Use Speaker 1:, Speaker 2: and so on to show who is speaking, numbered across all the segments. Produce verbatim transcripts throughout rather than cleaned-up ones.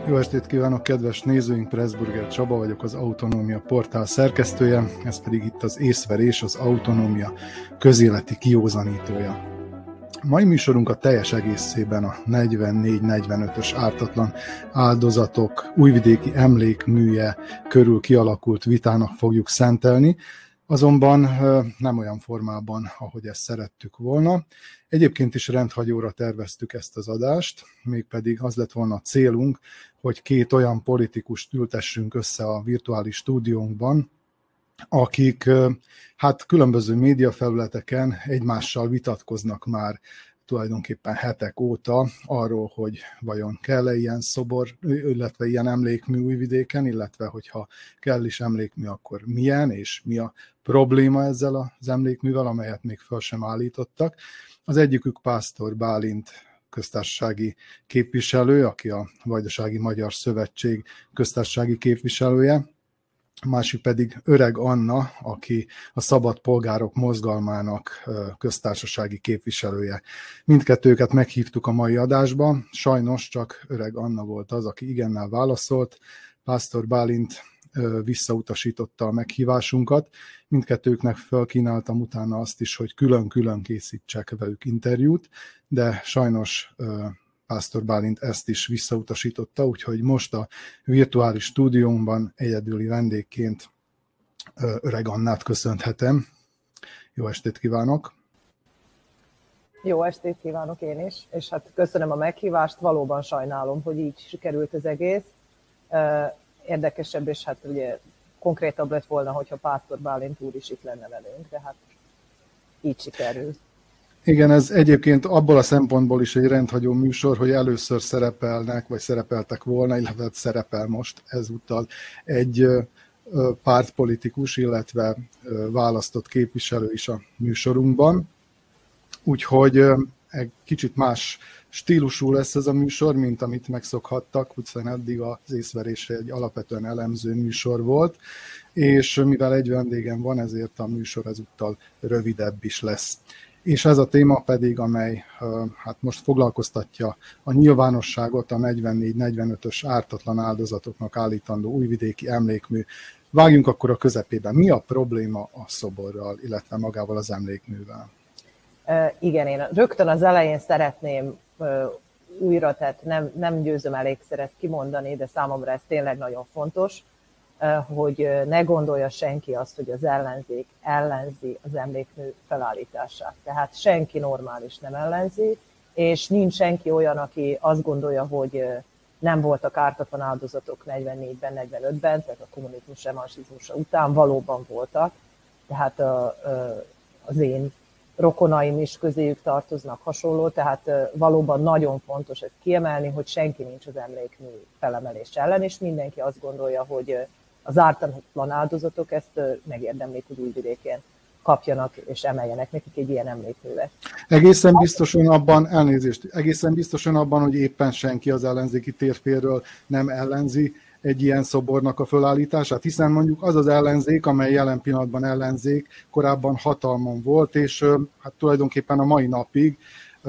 Speaker 1: Jó estét kívánok, kedves nézőink! Pressburger Csaba vagyok, az Autonómia portál szerkesztője, ez pedig itt az Észverés, az Autonómia közéleti kiózanítója. Mai műsorunk a teljes egészében a negyvennégy negyvenötös ártatlan áldozatok újvidéki emlékműje körül kialakult vitának fogjuk szentelni, azonban nem olyan formában, ahogy ezt szerettük volna. Egyébként is rendhagyóra terveztük ezt az adást, mégpedig az lett volna a célunk, hogy két olyan politikust ültessünk össze a virtuális stúdiónkban, akik hát különböző médiafelületeken egymással vitatkoznak már tulajdonképpen hetek óta arról, hogy vajon kell-e ilyen szobor, illetve ilyen emlékmű Újvidéken, illetve hogyha kell is emlékmű, akkor milyen, és mi a probléma ezzel az emlékművel, amelyet még fel sem állítottak. Az egyikük Pásztor Bálint köztársasági képviselő, aki a Vajdasági Magyar Szövetség köztársasági képviselője, a másik pedig Öreg Anna, aki a Szabad Polgárok Mozgalmának köztársasági képviselője. Mindkettőket meghívtuk a mai adásba, sajnos csak Öreg Anna volt az, aki igennel válaszolt. Pásztor Bálint visszautasította a meghívásunkat. Mindkettőknek felkínáltam utána azt is, hogy külön-külön készítsek velük interjút, de sajnos Pásztor Bálint ezt is visszautasította, úgyhogy most a virtuális stúdiómban egyedüli vendégként Öreg Annát köszönhetem. Jó estét kívánok!
Speaker 2: Jó estét kívánok én is, és hát köszönöm a meghívást, valóban sajnálom, hogy így sikerült az egész. Érdekesebb, és hát ugye konkrétabb lett volna, hogyha Pásztor Bálint úr is itt lenne velünk, de hát így sikerült.
Speaker 1: Igen, ez egyébként abból a szempontból is egy rendhagyó műsor, hogy először szerepelnek, vagy szerepeltek volna, illetve szerepel most ezúttal egy pártpolitikus, illetve választott képviselő is a műsorunkban. Úgyhogy egy kicsit más stílusú lesz ez a műsor, mint amit megszokhattak, hiszen eddig az Észverés egy alapvetően elemző műsor volt, és mivel egy vendégem van, ezért a műsor ezúttal rövidebb is lesz. És ez a téma pedig, amely hát most foglalkoztatja a nyilvánosságot, a negyvennégy negyvenötös ártatlan áldozatoknak állítandó újvidéki emlékmű. Vágjunk akkor a közepében. Mi a probléma a szoborral, illetve magával az emlékművel?
Speaker 2: Igen, én rögtön az elején szeretném újra, tehát nem, nem győzöm elégszer ezt kimondani, de számomra ez tényleg nagyon fontos, hogy ne gondolja senki azt, hogy az ellenzék ellenzi az emlékmű felállítását. Tehát senki normális nem ellenzi, és nincs senki olyan, aki azt gondolja, hogy nem voltak ártatlan áldozatok negyvennégyben, negyvenötben, tehát a kommunizmus revanszizmusa után valóban voltak. Tehát az én rokonaim is közéjük tartoznak hasonló, tehát valóban nagyon fontos ezt kiemelni, hogy senki nincs az emlékmű felemelés ellen, és mindenki azt gondolja, hogy az ártatlan áldozatok ezt megérdemlik, hogy Újvidéken kapjanak és emeljenek nekik egy ilyen emlékművet.
Speaker 1: Egészen biztosan abban, elnézést, egészen biztosan abban, hogy éppen senki az ellenzéki térférről nem ellenzi egy ilyen szobornak a fölállítását, hiszen mondjuk az az ellenzék, amely jelen pillanatban ellenzék, korábban hatalmon volt, és hát tulajdonképpen a mai napig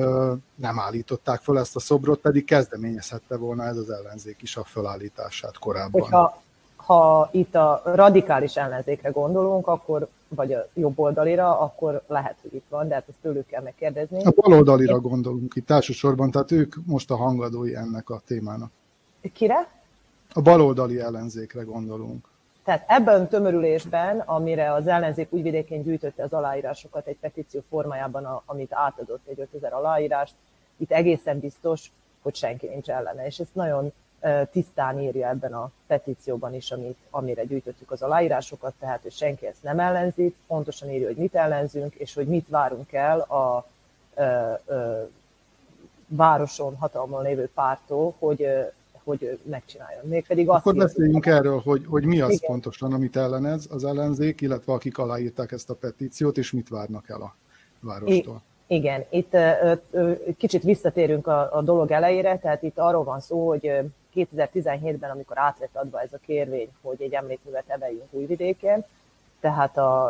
Speaker 1: nem állították föl ezt a szobrot, pedig kezdeményezhette volna ez az ellenzék is a fölállítását korábban.
Speaker 2: Hogyha, ha itt a radikális ellenzékre gondolunk, akkor, vagy a jobboldalira, akkor lehet, hogy itt van, de hát ezt tőlük kell megkérdezni.
Speaker 1: A baloldalira Én... gondolunk itt elsősorban, tehát ők most a hangadói ennek a témának.
Speaker 2: Kire?
Speaker 1: A baloldali ellenzékre gondolunk.
Speaker 2: Tehát ebben a tömörülésben, amire az ellenzék Újvidékén gyűjtötte az aláírásokat egy petíció formájában, amit átadott egy ötezer aláírást, itt egészen biztos, hogy senki nincs ellene. És ezt nagyon tisztán írja ebben a petícióban is, amit, amire gyűjtöttük az aláírásokat, tehát hogy senki ezt nem ellenzi, pontosan írja, hogy mit ellenzünk, és hogy mit várunk el a ö, ö, városon, hatalmon lévő pártól, hogy hogy megcsináljon. Mégpedig azt
Speaker 1: Akkor
Speaker 2: írjuk,
Speaker 1: beszéljünk erről, hogy, hogy mi az
Speaker 2: igen.
Speaker 1: pontosan, amit ellenez az ellenzék, illetve akik aláírták ezt a petíciót, és mit várnak el a várostól.
Speaker 2: I- igen, itt ö, ö, kicsit visszatérünk a, a dolog elejére, tehát itt arról van szó, hogy kétezer-tizenhétben, amikor át lett adva ez a kérvény, hogy egy emlékművet emeljünk Újvidéken, tehát a,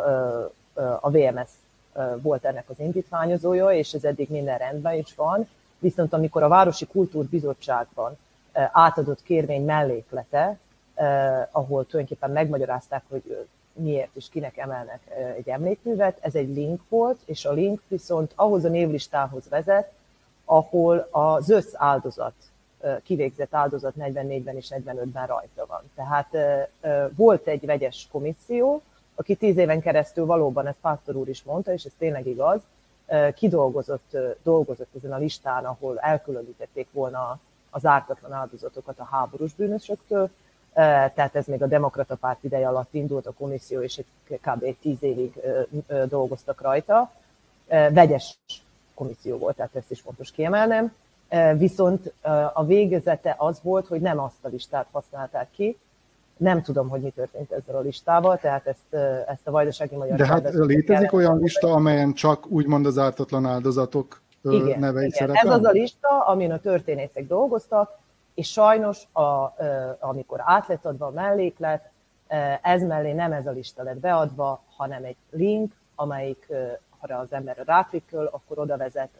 Speaker 2: a vé em es volt ennek az indítványozója, és ez eddig minden rendben is van, viszont amikor a Városi Kultúrbizottságban átadott kérvény melléklete, ahol tulajdonképpen megmagyarázták, hogy miért és kinek emelnek egy emlékművet. Ez egy link volt, és a link viszont ahhoz a névlistához vezet, ahol az össz áldozat, kivégzett áldozat negyvennégyben és negyvenötben rajta van. Tehát volt egy vegyes komisszió, aki tíz éven keresztül valóban, ezt Pásztor úr is mondta, és ez tényleg igaz, kidolgozott dolgozott ezen a listán, ahol elkülönítették volna az ártatlan áldozatokat a háborús bűnösöktől. Tehát ez még a Demokrata Párt ideje alatt indult a komisszió, és kb. tíz évig dolgoztak rajta. Vegyes komisszió volt, tehát ezt is fontos kiemelnem. Viszont a végezete az volt, hogy nem azt a listát használták ki. Nem tudom, hogy mi történt ezzel a listával, tehát ezt, ezt a Vajdasági Magyar...
Speaker 1: De hát létezik olyan lista, amelyen csak úgymond az ártatlan áldozatok
Speaker 2: igen,
Speaker 1: nevei
Speaker 2: igen.
Speaker 1: szerepelnek?
Speaker 2: Ez az a lista, amin a történészek dolgoztak, és sajnos, a, amikor át lett adva a melléklet, ez mellé nem ez a lista lett beadva, hanem egy link, amelyik, ha az ember ráklikköl, akkor oda vezet,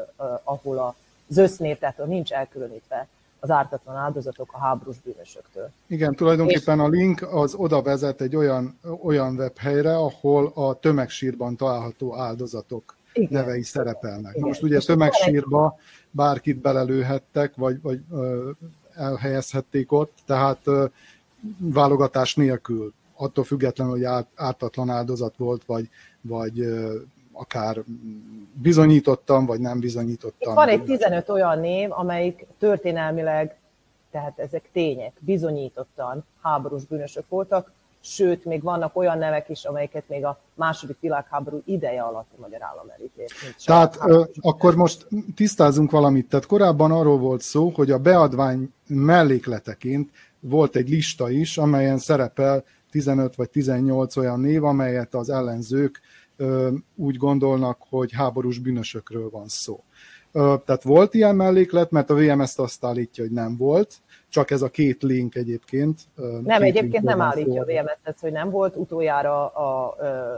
Speaker 2: ahol az össznév, tehát nincs elkülönítve az ártatlan áldozatok a háborús bűnösöktől.
Speaker 1: Igen, tulajdonképpen a link az oda vezet egy olyan, olyan webhelyre, ahol a tömegsírban található áldozatok igen, nevei szerepelnek. Igen. Most ugye tömegsírba bárkit belelőhettek, vagy, vagy ö, elhelyezhették ott, tehát ö, válogatás nélkül, attól függetlenül, hogy árt, ártatlan áldozat volt, vagy, vagy ö, akár bizonyítottam, vagy nem bizonyítottam.
Speaker 2: Itt van egy tizenöt olyan név, amelyik történelmileg, tehát ezek tények, bizonyítottan háborús bűnösök voltak, sőt, még vannak olyan nevek is, amelyeket még a második világháború ideje alatt a magyar állam elítélt.
Speaker 1: Tehát ö, akkor most tisztázunk valamit. Tehát korábban arról volt szó, hogy a beadvány mellékleteként volt egy lista is, amelyen szerepel tizenöt vagy tizennyolc olyan név, amelyet az ellenzők ö, úgy gondolnak, hogy háborús bűnösökről van szó. Ö, tehát volt ilyen melléklet, mert a vé em ezt azt állítja, hogy nem volt, csak ez a két link egyébként.
Speaker 2: Nem, egyébként nem állítja a vé em ezt, hogy nem volt. Utoljára a,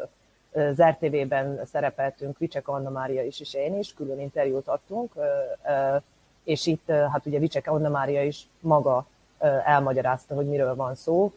Speaker 2: az er té vében szerepeltünk, Vicsek Anna Mária is, és én is, külön interjút adtunk, és itt hát ugye Vicsek Anna Mária is maga elmagyarázta, hogy miről van szó,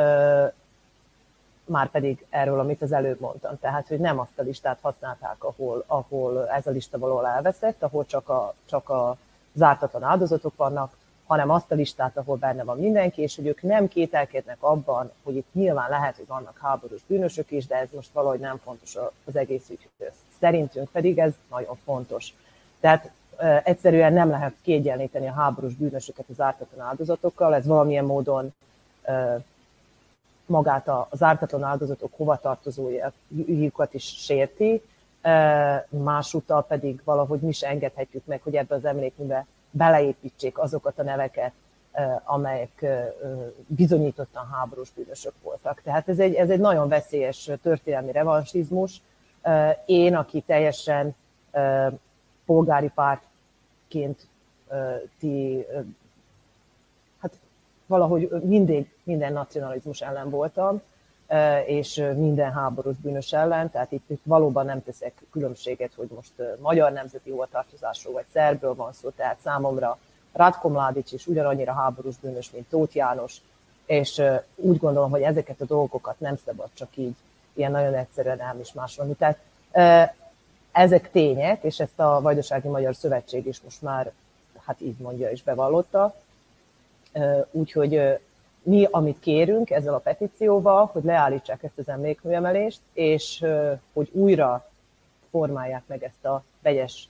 Speaker 2: már pedig erről, amit az előbb mondtam. Tehát, hogy nem azt a listát használták, ahol, ahol ez a lista valahol elveszett, ahol csak a, csak a zártatlan áldozatok vannak, hanem azt a listát, ahol benne van mindenki, és hogy ők nem kételkednek abban, hogy itt nyilván lehet, hogy vannak háborús bűnösök is, de ez most valahogy nem fontos az egész ügyhöz. Szerintünk pedig ez nagyon fontos. Tehát e, egyszerűen nem lehet kiegyenlíteni a háborús bűnösöket az ártatlan áldozatokkal, ez valamilyen módon e, magát az ártatlan áldozatok hovatartozójukat is sérti, e, másúttal pedig valahogy mi se engedhetjük meg, hogy ebbe az emlékműbe beleépítsék azokat a neveket, amelyek bizonyítottan háborús bűnösök voltak. Tehát ez egy, ez egy nagyon veszélyes történelmi revansizmus. Én, aki teljesen polgári pártként ti, hát valahogy mindig minden nacionalizmus ellen voltam, és minden háborús bűnös ellen, tehát itt, itt valóban nem teszek különbséget, hogy most magyar nemzeti hovatartozásról vagy szerbről van szó, tehát számomra Ratko Mladic is ugyanannyira háborús bűnös, mint Tóth János, és úgy gondolom, hogy ezeket a dolgokat nem szabad csak így, ilyen nagyon egyszerűen elmismásolni. Tehát ezek tények, és ezt a Vajdasági Magyar Szövetség is most már, hát így mondja és bevallotta, úgyhogy mi, amit kérünk ezzel a petícióval, hogy leállítsák ezt az emlékműemelést, és hogy újra formálják meg ezt a vegyes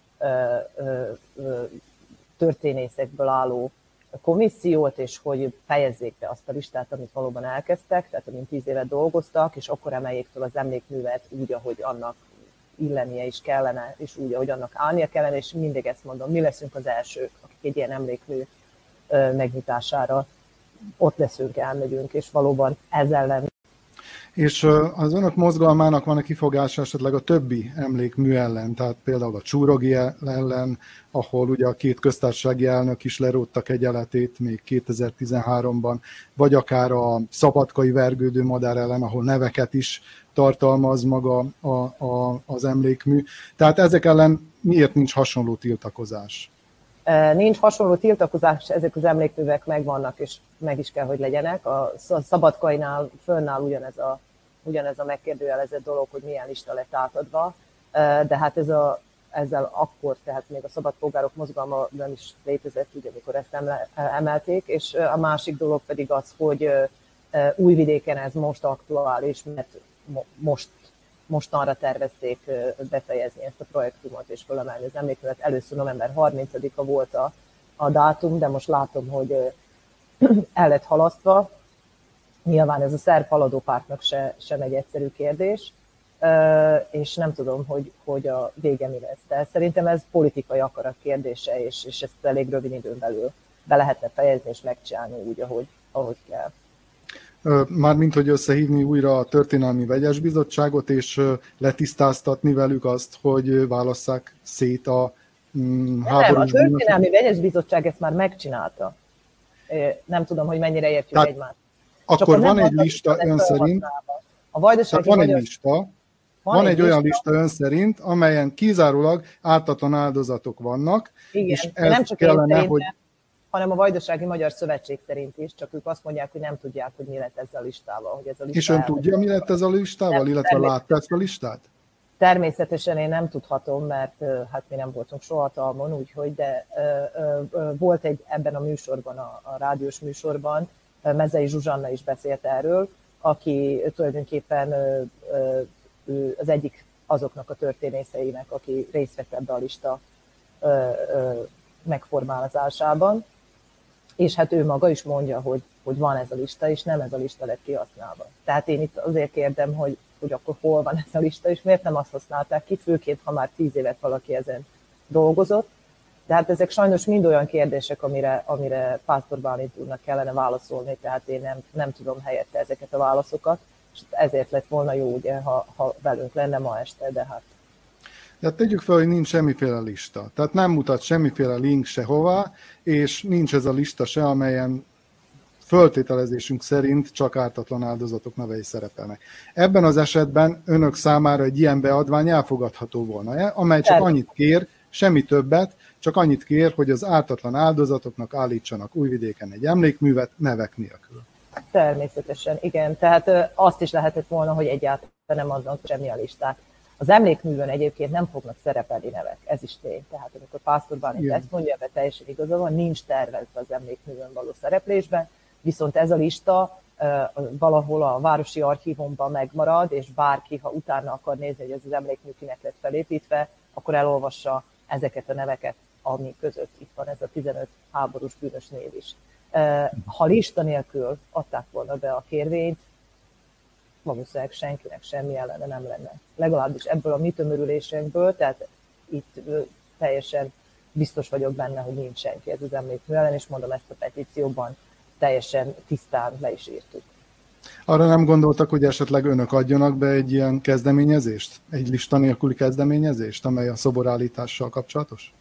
Speaker 2: történészekből álló komissziót, és hogy fejezzék be azt a listát, amit valóban elkezdtek, tehát amint tíz évet dolgoztak, és akkor emeljék fel az emlékművet úgy, ahogy annak illenie is kellene, és úgy, ahogy annak állnia kellene, és mindig ezt mondom, mi leszünk az elsők, akik egy ilyen emlékmű megnyitására ott leszünk, elmegyünk, és valóban ez ellen.
Speaker 1: És az önök mozgalmának van a kifogása esetleg a többi emlékmű ellen, tehát például a Csúrogi ellen, ahol ugye a két köztársasági elnök is leróttak egy eletét még kétezer-tizenháromban, vagy akár a szabadkai vergődő madár ellen, ahol neveket is tartalmaz maga a, a, az emlékmű. Tehát ezek ellen miért nincs hasonló tiltakozás?
Speaker 2: Nincs hasonló tiltakozás, ezek az emlékművek megvannak, és meg is kell, hogy legyenek. A Szabadkainál fönnáll ugyanez a, ugyanez a megkérdőjelezett dolog, hogy milyen lista lett átadva, de hát ez a, ezzel akkor, tehát még a szabadpolgárok mozgalma nem is létezett, ugye, amikor ezt emelték, és a másik dolog pedig az, hogy Újvidéken ez most aktuális, mert most mostanra tervezték befejezni ezt a projektumot és fölemelni az emlékművet. Először november harmincadika volt a, a dátum, de most látom, hogy el lett halasztva. Nyilván ez a szerb haladó pártnak se, sem egy egyszerű kérdés, és nem tudom, hogy, hogy a vége mi lesz. De szerintem ez politikai akarat kérdése, és, és ezt elég rövid időn belül be lehetne fejezni és megcsinálni úgy, ahogy, ahogy kell.
Speaker 1: Mármint, hogy összehívni újra a Történelmi Vegyes Bizottságot, és letisztáztatni velük azt, hogy válasszák szét a mm, háborús...
Speaker 2: Nem, a Történelmi Vegyes Bizottság ezt már megcsinálta. Nem tudom, hogy mennyire értjük Tehát egymást.
Speaker 1: Akkor van egy lista ön szerint...
Speaker 2: A vajdasági
Speaker 1: van
Speaker 2: magyar...
Speaker 1: egy lista, van, van egy, egy olyan lista ön szerint, amelyen kizárólag ártatlan áldozatok vannak,
Speaker 2: igen,
Speaker 1: és ez
Speaker 2: nem csak
Speaker 1: kellene,
Speaker 2: én
Speaker 1: hogy...
Speaker 2: hanem a Vajdasági Magyar Szövetség szerint is, csak ők azt mondják, hogy nem tudják, hogy mi lett ezzel a listával. Hogy ez a lista
Speaker 1: és ön tudja, mi lett ezzel a listával, nem, illetve látta ezt a listát?
Speaker 2: Természetesen én nem tudhatom, mert hát mi nem voltunk soha hatalmon, úgyhogy, de ö, ö, volt egy ebben a műsorban, a, a rádiós műsorban, Mezei Zsuzsanna is beszélt erről, aki tulajdonképpen ö, ö, ő az egyik azoknak a történészeinek, aki részt vett ebbe a lista ö, ö, megformálásában. És hát ő maga is mondja, hogy, hogy van ez a lista, és nem ez a lista lett kihasználva. Tehát én itt azért kérdem, hogy, hogy akkor hol van ez a lista, és miért nem azt használták ki, főként, ha már tíz évet valaki ezen dolgozott. De hát ezek sajnos mind olyan kérdések, amire, amire Pásztor Bálint úrnak kellene válaszolni, tehát én nem, nem tudom helyette ezeket a válaszokat, és ezért lett volna jó, ugye, ha, ha velünk lenne ma este, de hát.
Speaker 1: De tegyük fel, hogy nincs semmiféle lista. Tehát nem mutat semmiféle link sehová, és nincs ez a lista se, amelyen föltételezésünk szerint csak ártatlan áldozatok nevei szerepelnek. Ebben az esetben önök számára egy ilyen beadvány elfogadható volna, amely csak annyit kér, semmi többet, csak annyit kér, hogy az ártatlan áldozatoknak állítsanak Újvidéken egy emlékművet nevek nélkül. Természetesen,
Speaker 2: igen. Tehát azt is lehetett volna, hogy egyáltalán nem adnak semmi a listát. Az emlékművön egyébként nem fognak szerepelni nevek, ez is tény. Tehát amikor Pásztor Bálint ezt mondja, mert teljesen igaza van, nincs tervezve az emlékművön való szereplésben, viszont ez a lista uh, valahol a Városi Archívumban megmarad, és bárki, ha utána akar nézni, hogy ez az emlékmű kinek lett felépítve, akkor elolvassa ezeket a neveket, ami között itt van ez a tizenöt háborús bűnös név is. Uh, ha lista nélkül adták volna be a kérvényt, valószínűleg senkinek semmi ellene nem lenne. Legalábbis ebből a mi tömörülésünkből, tehát itt teljesen biztos vagyok benne, hogy nincs senki ez az emlékmű ellen, és mondom, ezt a petícióban teljesen tisztán le is írtuk.
Speaker 1: Arra nem gondoltak, hogy esetleg önök adjanak be egy ilyen kezdeményezést? Egy lista nélküli kezdeményezést, amely a szoborállítással kapcsolatos?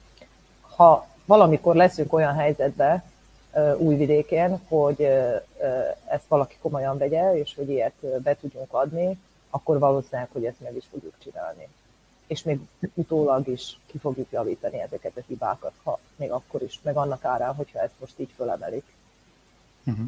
Speaker 2: Ha valamikor leszünk olyan helyzetben, Újvidéken, hogy ezt valaki komolyan vegye, és hogy ilyet be tudjunk adni, akkor valószínűleg, hogy ezt meg is fogjuk csinálni. És még utólag is ki fogjuk javítani ezeket a hibákat, ha még akkor is, meg annak árán, hogyha ezt most így fölemelik.
Speaker 1: Uh-huh.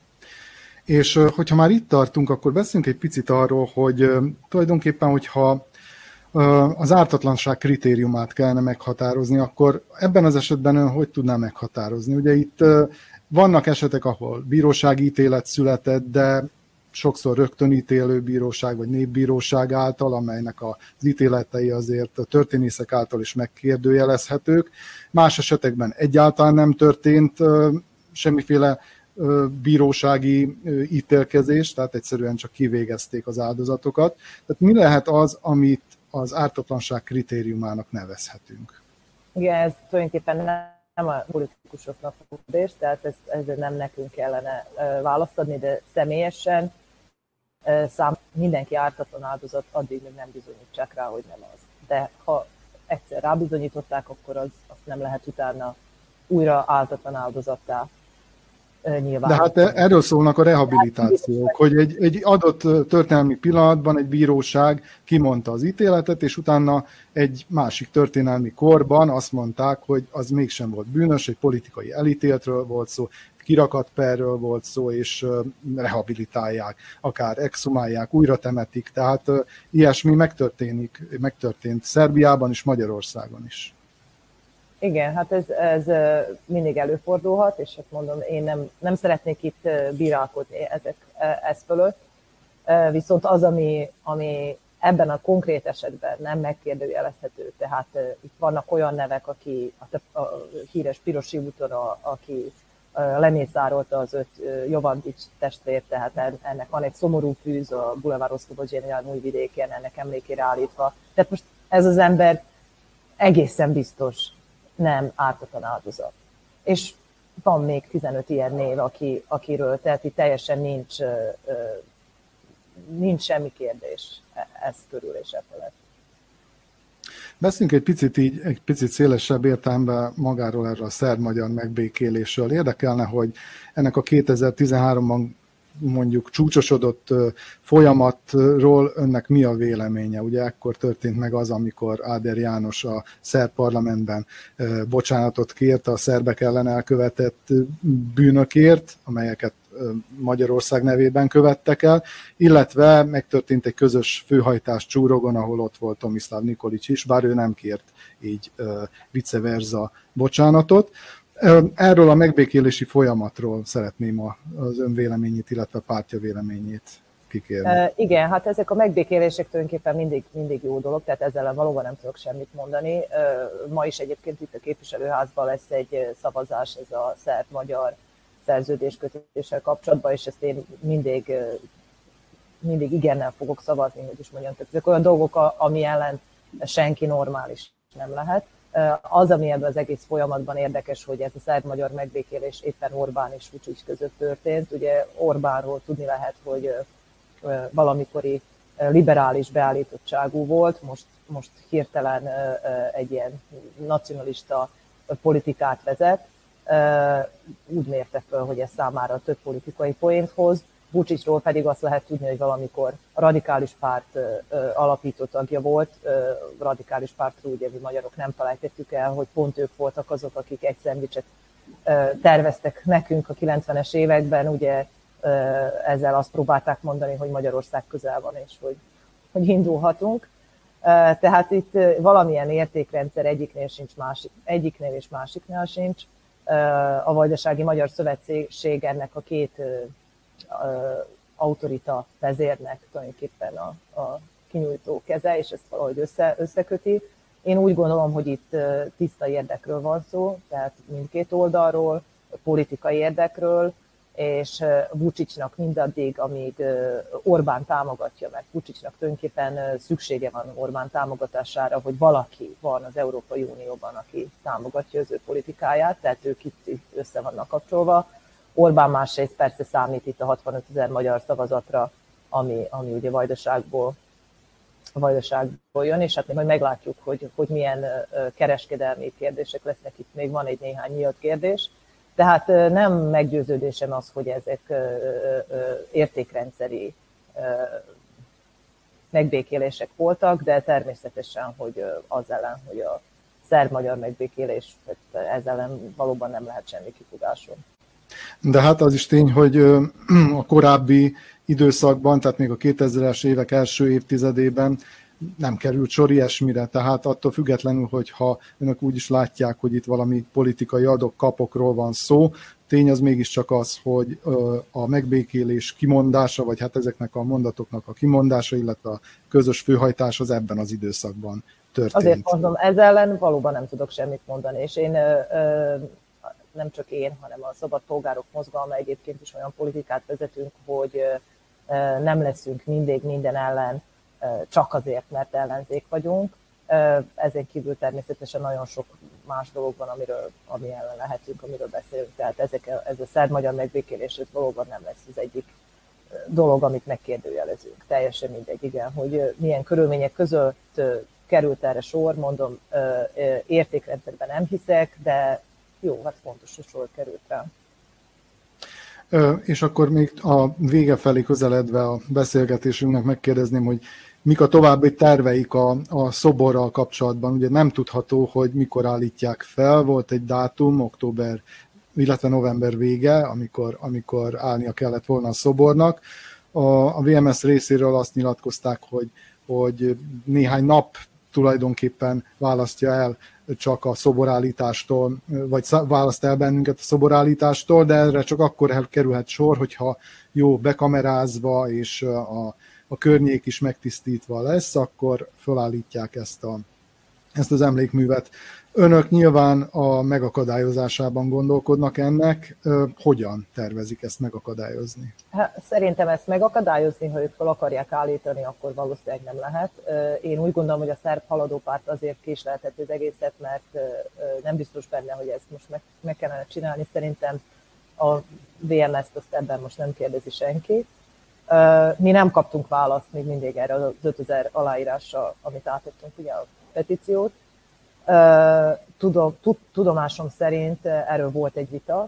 Speaker 1: És hogyha már itt tartunk, akkor beszéljünk egy picit arról, hogy tulajdonképpen, hogyha az ártatlanság kritériumát kellene meghatározni, akkor ebben az esetben ön hogy tudná meghatározni? Ugye itt vannak esetek, ahol bírósági ítélet született, de sokszor rögtönítélő bíróság vagy népbíróság által, amelynek az ítéletei azért a történészek által is megkérdőjelezhetők. Más esetekben egyáltalán nem történt semmiféle bírósági ítélkezés, tehát egyszerűen csak kivégezték az áldozatokat. Tehát mi lehet az, amit az ártatlanság kritériumának nevezhetünk?
Speaker 2: Igen, ez tulajdonképpen nem a politikusoknak a kérdés, tehát ezt, ezzel nem nekünk kellene választ adni, de személyesen szám mindenki ártatlan áldozat, addig még nem bizonyítsák rá, hogy nem az. De ha egyszer rábizonyították, akkor az, azt nem lehet utána újra ártatlan áldozattá nyilván.
Speaker 1: De hát erről szólnak a rehabilitációk, hogy egy, egy adott történelmi pillanatban egy bíróság kimondta az ítéletet, és utána egy másik történelmi korban azt mondták, hogy az mégsem volt bűnös, egy politikai elítéltről volt szó, kirakat perről volt szó, és rehabilitálják, akár exhumálják, újra temetik, tehát ilyesmi megtörténik, megtörtént Szerbiában és Magyarországon is.
Speaker 2: Igen, hát ez, ez mindig előfordulhat, és hát mondom, én nem, nem szeretnék itt bírálkodni ezek, ez fölött, viszont az, ami, ami ebben a konkrét esetben nem megkérdőjelezhető, tehát itt vannak olyan nevek, aki a, a híres Pirosi úton, a, aki lemészárolta az öt Jovandics testvért, tehát ennek van egy szomorú fűz a Boulevard Oszlobodzsényjel Újvidéken, ennek emlékére állítva. Tehát most ez az ember egészen biztos nem ártatlan áldozat. És van még tizenöt ilyen név, aki, akiről, tehát itt teljesen nincs, nincs semmi kérdés ez körül és e felett.
Speaker 1: Beszéljünk egy picit így, egy picit szélesebb értelemben magáról erről a szerb-magyar megbékélésről. Érdekelne, hogy ennek a kétezer-tizenháromban mondjuk csúcsosodott folyamatról önnek mi a véleménye? Ugye ekkor történt meg az, amikor Áder János a szerb parlamentben bocsánatot kért a szerbek ellen elkövetett bűnökért, amelyeket Magyarország nevében követtek el, illetve megtörtént egy közös főhajtás Csúrogon, ahol ott volt Tomislav Nikolić is, bár ő nem kért így vice versa bocsánatot. Erről a megbékélési folyamatról szeretném az ön véleményét, illetve a pártja véleményét kikérni.
Speaker 2: Uh, igen, hát ezek a megbékélések tulajdonképpen mindig, mindig jó dolog, tehát ezzel valóban nem tudok semmit mondani. Uh, ma is egyébként itt a képviselőházban lesz egy szavazás ez a szerb-magyar szerződéskötéssel kapcsolatban, és ezt én mindig, mindig igennel fogok szavazni, hogy is mondjam. Tehát ezek olyan dolgok, ami ellen senki normális nem lehet. Az, ami ebben az egész folyamatban érdekes, hogy ez a szerb-magyar megbékélés éppen Orbán és Vučić között történt. Ugye Orbánról tudni lehet, hogy valamikori liberális beállítottságú volt, most, most hirtelen egy ilyen nacionalista politikát vezet. Úgy mérte föl, hogy ez számára több politikai poént hoz. Vučićról pedig azt lehet tudni, hogy valamikor a radikális párt alapító tagja volt. Radikális pártról ugye mi magyarok nem felejtettük el, hogy pont ők voltak azok, akik egy szendvicset terveztek nekünk a kilencvenes években. Ugye ezzel azt próbálták mondani, hogy Magyarország közel van, és hogy, hogy indulhatunk. Tehát itt valamilyen értékrendszer egyiknél sincs, másik, egyiknél és másiknál sincs. A Vajdasági Magyar Szövetség ennek a két autorita vezérnek tulajdonképpen a, a kinyújtó keze, és ezt valahogy össze, összeköti. Én úgy gondolom, hogy itt tiszta érdekről van szó, tehát mindkét oldalról, politikai érdekről, és Vučićnak mindaddig, amíg Orbán támogatja, mert Vučićnak tulajdonképpen szüksége van Orbán támogatására, hogy valaki van az Európai Unióban, aki támogatja az ő politikáját, tehát ők itt, itt össze vannak kapcsolva. Orbán másrészt persze számít itt a hatvanöt ezer magyar szavazatra, ami, ami ugye Vajdaságból, Vajdaságból jön, és hát majd meglátjuk, hogy, hogy milyen kereskedelmi kérdések lesznek itt. Még van egy néhány nyílt kérdés. Tehát nem meggyőződésem az, hogy ezek értékrendszeri megbékélések voltak, de természetesen, hogy az ellen, hogy a szerb-magyar megbékélés, ez ellen valóban nem lehet semmi kifogásom.
Speaker 1: De hát az is tény, hogy a korábbi időszakban, tehát még a kétezres évek első évtizedében nem került sor ilyesmire, tehát attól függetlenül, hogyha önök úgy is látják, hogy itt valami politikai adok-kapokról van szó, tény az mégiscsak az, hogy a megbékélés kimondása, vagy hát ezeknek a mondatoknak a kimondása, illetve a közös főhajtás az ebben az időszakban történt.
Speaker 2: Azért mondom, ez ellen valóban nem tudok semmit mondani, és én nem csak én, hanem a Szabad Polgárok Mozgalma egyébként is olyan politikát vezetünk, hogy nem leszünk mindig minden ellen csak azért, mert ellenzék vagyunk. Ezen kívül természetesen nagyon sok más dolog van, amiről, ami ellen lehetünk, amiről beszélünk. Tehát ezek, ez a szerb-magyar megbékélés, ez valóban nem lesz az egyik dolog, amit megkérdőjelezünk. Teljesen mindegy, igen, hogy milyen körülmények között került erre sor, mondom, értékrendszerben nem hiszek, de jó, hát fontos, hogy sor került rá.
Speaker 1: És akkor még a vége felé közeledve a beszélgetésünknek megkérdezném, hogy mik a további terveik a, a szoborral kapcsolatban. Ugye nem tudható, hogy mikor állítják fel, volt egy dátum, október, illetve november vége, amikor, amikor állnia kellett volna a szobornak. A, a vé em es részéről azt nyilatkozták, hogy, hogy néhány nap tulajdonképpen választja el csak a szoborállítástól, vagy választ el bennünket a szoborállítástól, de erre csak akkor kerülhet sor, hogyha jó bekamerázva és a, a környék is megtisztítva lesz, akkor felállítják ezt, a, ezt az emlékművet. Önök nyilván a megakadályozásában gondolkodnak ennek. Hogyan tervezik ezt megakadályozni?
Speaker 2: Szerintem ezt megakadályozni, ha ők fel akarják állítani, akkor valószínűleg nem lehet. Én úgy gondolom, hogy a szerb haladópárt azért késlelteti az egészet, mert nem biztos benne, hogy ezt most meg, meg kellene csinálni. Szerintem a vé em es-t azt ebben most nem kérdezi senki. Mi nem kaptunk választ még mindig erre az ötezer aláírásra, amit átadtunk, ugye a petíciót. Tudom, tudomásom szerint erről volt egy vita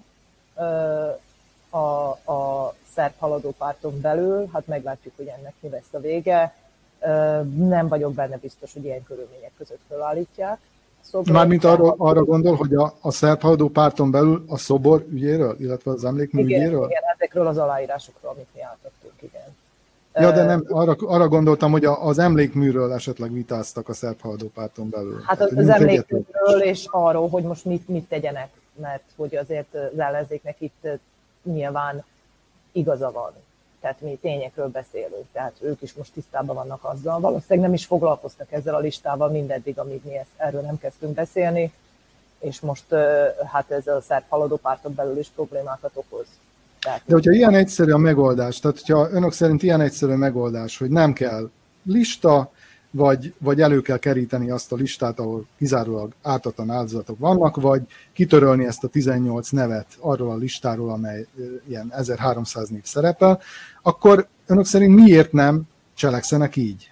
Speaker 2: a, a szerb haladópárton belül, hát meglátjuk, hogy ennek mi lesz a vége. Nem vagyok benne biztos, hogy ilyen körülmények között felállítják.
Speaker 1: Mármint arra, arra gondol, hogy a, a szerb haladópárton belül a szobor ügyéről, illetve az emlékmű
Speaker 2: igen,
Speaker 1: ügyéről?
Speaker 2: Igen, ezekről az aláírásokról, amit mi átadtunk, igen.
Speaker 1: Ja, de nem, arra, arra gondoltam, hogy az emlékműről esetleg vitáztak a szerb haladópárton belül.
Speaker 2: Hát az, az emlékműről és arról, hogy most mit, mit tegyenek, mert hogy azért az ellenzéknek itt nyilván igaza van. Tehát mi tényekről beszélünk, tehát ők is most tisztában vannak azzal. Valószínűleg nem is foglalkoztak ezzel a listával mindeddig, amíg mi ezt, erről nem kezdtünk beszélni, és most hát ez a szerb haladópárton belül is problémákat okoz.
Speaker 1: De hogyha ilyen egyszerű a megoldás, tehát hogyha önök szerint ilyen egyszerű a megoldás, hogy nem kell lista, vagy, vagy elő kell keríteni azt a listát, ahol kizárólag ártatlan áldozatok vannak, vagy kitörölni ezt a tizennyolc nevet arról a listáról, amely ilyen ezerháromszáz név szerepel, akkor önök szerint miért nem cselekszenek így?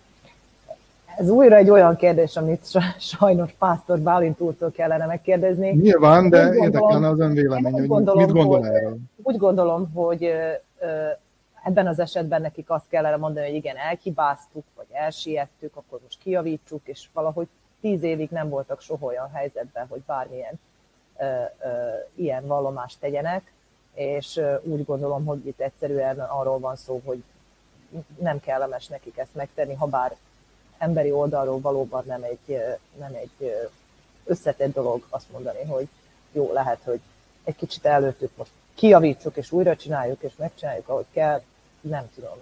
Speaker 2: Ez újra egy olyan kérdés, amit sajnos Pásztor Bálint úrtól kellene megkérdezni.
Speaker 1: Nyilván, de gondolom, érdekelne az ön vélemény, hogy gondolom, mit gondol
Speaker 2: hogy,
Speaker 1: erről.
Speaker 2: Úgy gondolom, hogy ebben az esetben nekik azt kellene mondani, hogy igen, elhibáztuk, vagy elsiettük, akkor most kijavítsuk, és valahogy tíz évig nem voltak soha olyan helyzetben, hogy bármilyen ö, ö, ilyen vallomást tegyenek, és ö, úgy gondolom, hogy itt egyszerűen arról van szó, hogy nem kellemes nekik ezt megtenni, ha bár emberi oldalról valóban nem egy, nem egy összetett dolog azt mondani, hogy jó, lehet, hogy egy kicsit előttük most kijavítsuk, és újra csináljuk, és megcsináljuk, ahogy kell, nem tudom.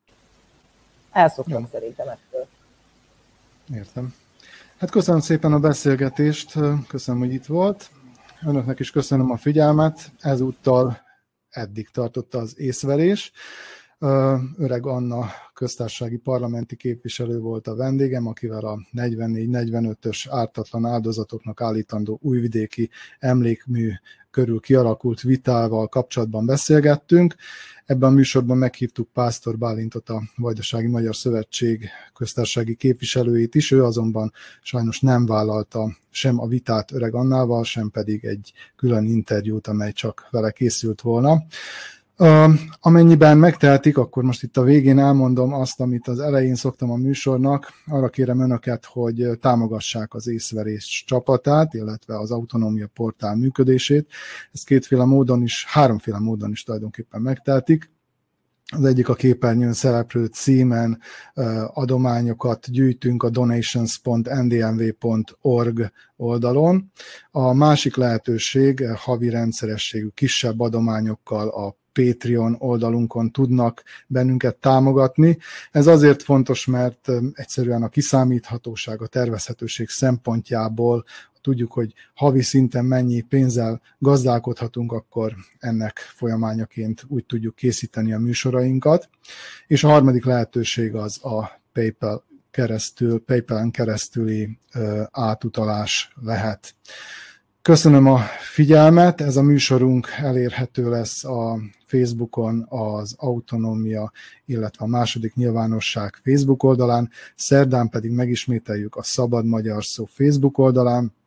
Speaker 2: Elszoktam szerintem ettől.
Speaker 1: Értem. Hát köszönöm szépen a beszélgetést, köszönöm, hogy itt volt. Önöknek is köszönöm a figyelmet, ezúttal eddig tartott az észverés. Öreg Anna köztársasági parlamenti képviselő volt a vendégem, akivel a negyvennégy negyvenötös ártatlan áldozatoknak állítandó újvidéki emlékmű körül kialakult vitával kapcsolatban beszélgettünk. Ebben a műsorban meghívtuk Pásztor Bálintot, a Vajdasági Magyar Szövetség köztársasági képviselőjét is, ő azonban sajnos nem vállalta sem a vitát Öreg Annával, sem pedig egy külön interjút, amely csak vele készült volna. Uh, amennyiben megtehetik, akkor most itt a végén elmondom azt, amit az elején szoktam a műsornak. Arra kérem önöket, hogy támogassák az észverés csapatát, illetve az Autonómia portál működését. Ezt kétféle módon is, háromféle módon is tulajdonképpen megtehetik. Az egyik a képernyőn szereplő címen uh, adományokat gyűjtünk a donations pont n d m v pont org oldalon. A másik lehetőség havi rendszerességű kisebb adományokkal a Patreon oldalunkon tudnak bennünket támogatni. Ez azért fontos, mert egyszerűen a kiszámíthatóság, a tervezhetőség szempontjából tudjuk, hogy havi szinten mennyi pénzzel gazdálkodhatunk, akkor ennek folyamányaként úgy tudjuk készíteni a műsorainkat. És a harmadik lehetőség az a PayPal keresztül, PayPal-en keresztüli uh, átutalás lehet. Köszönöm a figyelmet, ez a műsorunk elérhető lesz a Facebookon, az Autonómia, illetve a Második Nyilvánosság Facebook oldalán, szerdán pedig megismételjük a Szabad Magyar Szó Facebook oldalán,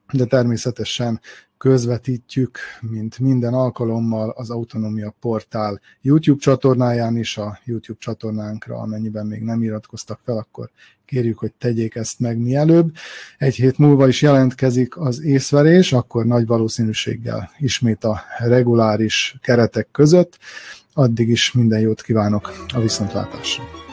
Speaker 1: de természetesen közvetítjük, mint minden alkalommal az Autonómia Portál YouTube csatornáján is, a YouTube csatornánkra, amennyiben még nem iratkoztak fel, akkor kérjük, hogy tegyék ezt meg mielőbb. Egy hét múlva is jelentkezik az észverés, akkor nagy valószínűséggel ismét a reguláris keretek között. Addig is minden jót kívánok a viszontlátásra.